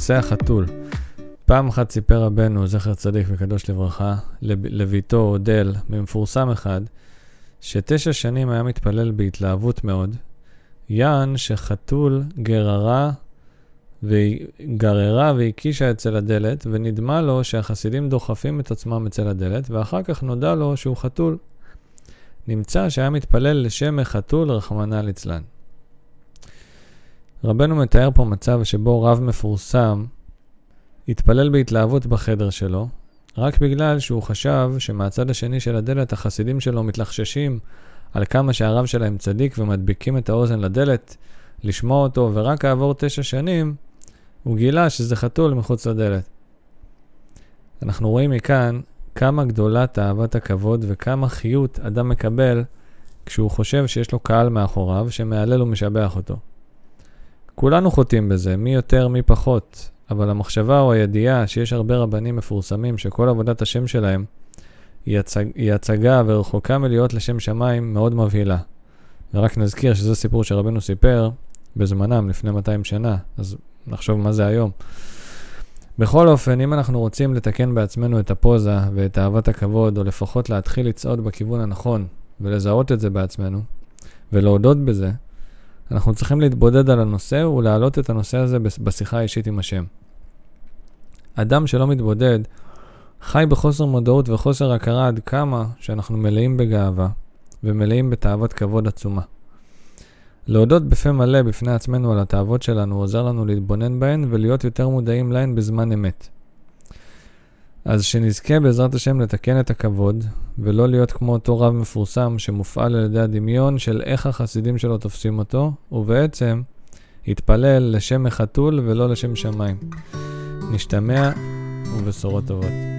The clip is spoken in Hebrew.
נושא החתול. פעם אחת סיפר רבנו, זכר צדיק וקדוש לברכה, לביתו אודל, ממפורסם אחד, ש9 שנים היה מתפלל בהתלהבות מאוד, יען שחתול גררה והקישה אצל הדלת, ונדמה לו שהחסידים דוחפים את עצמם אצל הדלת, ואחר כך נודע לו שהוא חתול. נמצא שהיה מתפלל לשם החתול רחמנא ליצלן. רבנו מתאר פה מצב שבו רב מפורסם התפלל בהתלהבות בחדר שלו, רק בגלל שהוא חשב שמהצד השני של הדלת החסידים שלו מתלחששים על כמה שהרב שלהם צדיק ומדביקים את האוזן לדלת לשמוע אותו, ורק כעבור 9 שנים הוא גילה שזה חתול מחוץ לדלת. אנחנו רואים מכאן כמה גדולה תאוות הכבוד וכמה חיות אדם מקבל כשהוא חושב שיש לו קהל מאחוריו שמעלל ומשבח אותו. כולנו חוטאים בזה, מי יותר מי פחות, אבל המחשבה או הידיעה שיש הרבה רבנים מפורסמים שכל עבודת השם שלהם היא הצגה ורחוקה מלהיות לשם שמיים מאוד מבהילה. ורק נזכיר שזה סיפור שרבנו סיפר בזמנם לפני 200 שנה, אז נחשוב מה זה היום. בכל אופן, אם אנחנו רוצים לתקן בעצמנו את הפוזה ואת אהבת הכבוד, או לפחות להתחיל לצעוד בכיוון הנכון ולזהות את זה בעצמנו ולהודות בזה, אנחנו צריכים להתבודד על הנושא ולהעלות את הנושא הזה בשיחה האישית עם השם. אדם שלא מתבודד חי בחוסר מודעות וחוסר הכרה עד כמה שאנחנו מלאים בגאווה ומלאים בתאוות כבוד עצומה. להודות בפה מלא בפני עצמנו על התאוות שלנו עוזר לנו להתבונן בהן ולהיות יותר מודעים להן בזמן אמת. אז שנזכה בעזרת השם לתקן את הכבוד ולא להיות כמו אותו רב מפורסם שמופעל על ידי הדמיון של איך החסידים שלו תופסים אותו, ובעצם יתפלל לשם החתול ולא לשם שמיים. נשתמע ובשורות טובות.